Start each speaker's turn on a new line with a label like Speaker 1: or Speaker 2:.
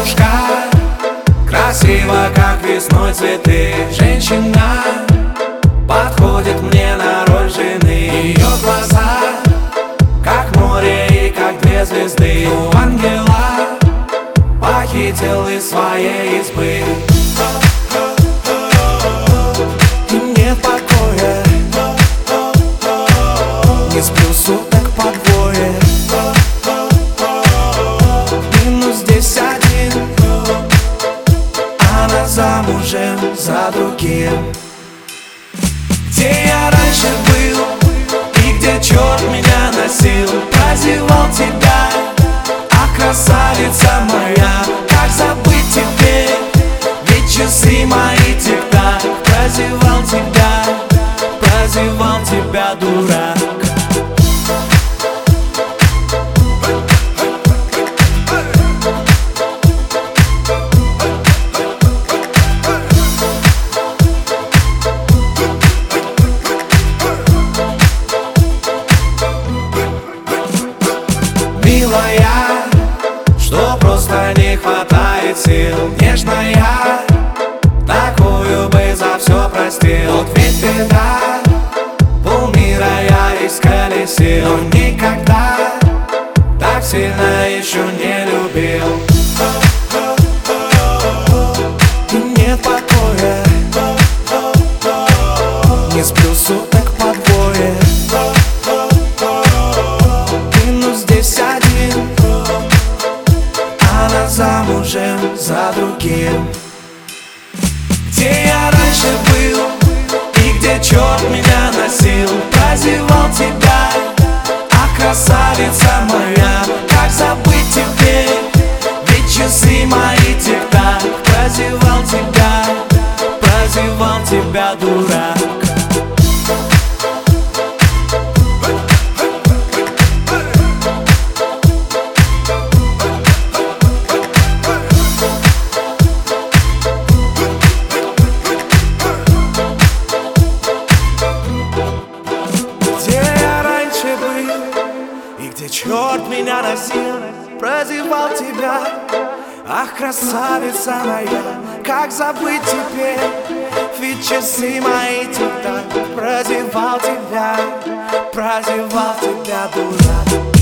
Speaker 1: девушка, красиво, как весной цветы. Женщина подходит мне на роль жены. Ее глаза, как море и как две звезды. У ангела похитил из своей избы. И нет покоя, не сплю суток по двое. Минус здесь один, она замужем за другим. Где я раньше был и где черт меня носил, прозевал тебя, ах, красавица моя. Как забыть теперь, ведь часы мои тик-так. Прозевал тебя, дурак. Милая, что просто не хватает сил. Нежная, такую бы за все простил. Вот ведь беда, полмира я исколесил, но никогда так сильно еще не любил. И нет покоя, не сплю суток по двое. Минус здесь один, она замужем за другим. Где я раньше был и где черт меня носил, прозевал тебя, ах, красавица моя. Как забыть теперь, ведь часы мои тик-так. Прозевал тебя, дурак. И где черт меня носил, прозевал тебя, ах, красавица моя. Как забыть теперь, ведь часы мои тик-так. Прозевал тебя, дурак.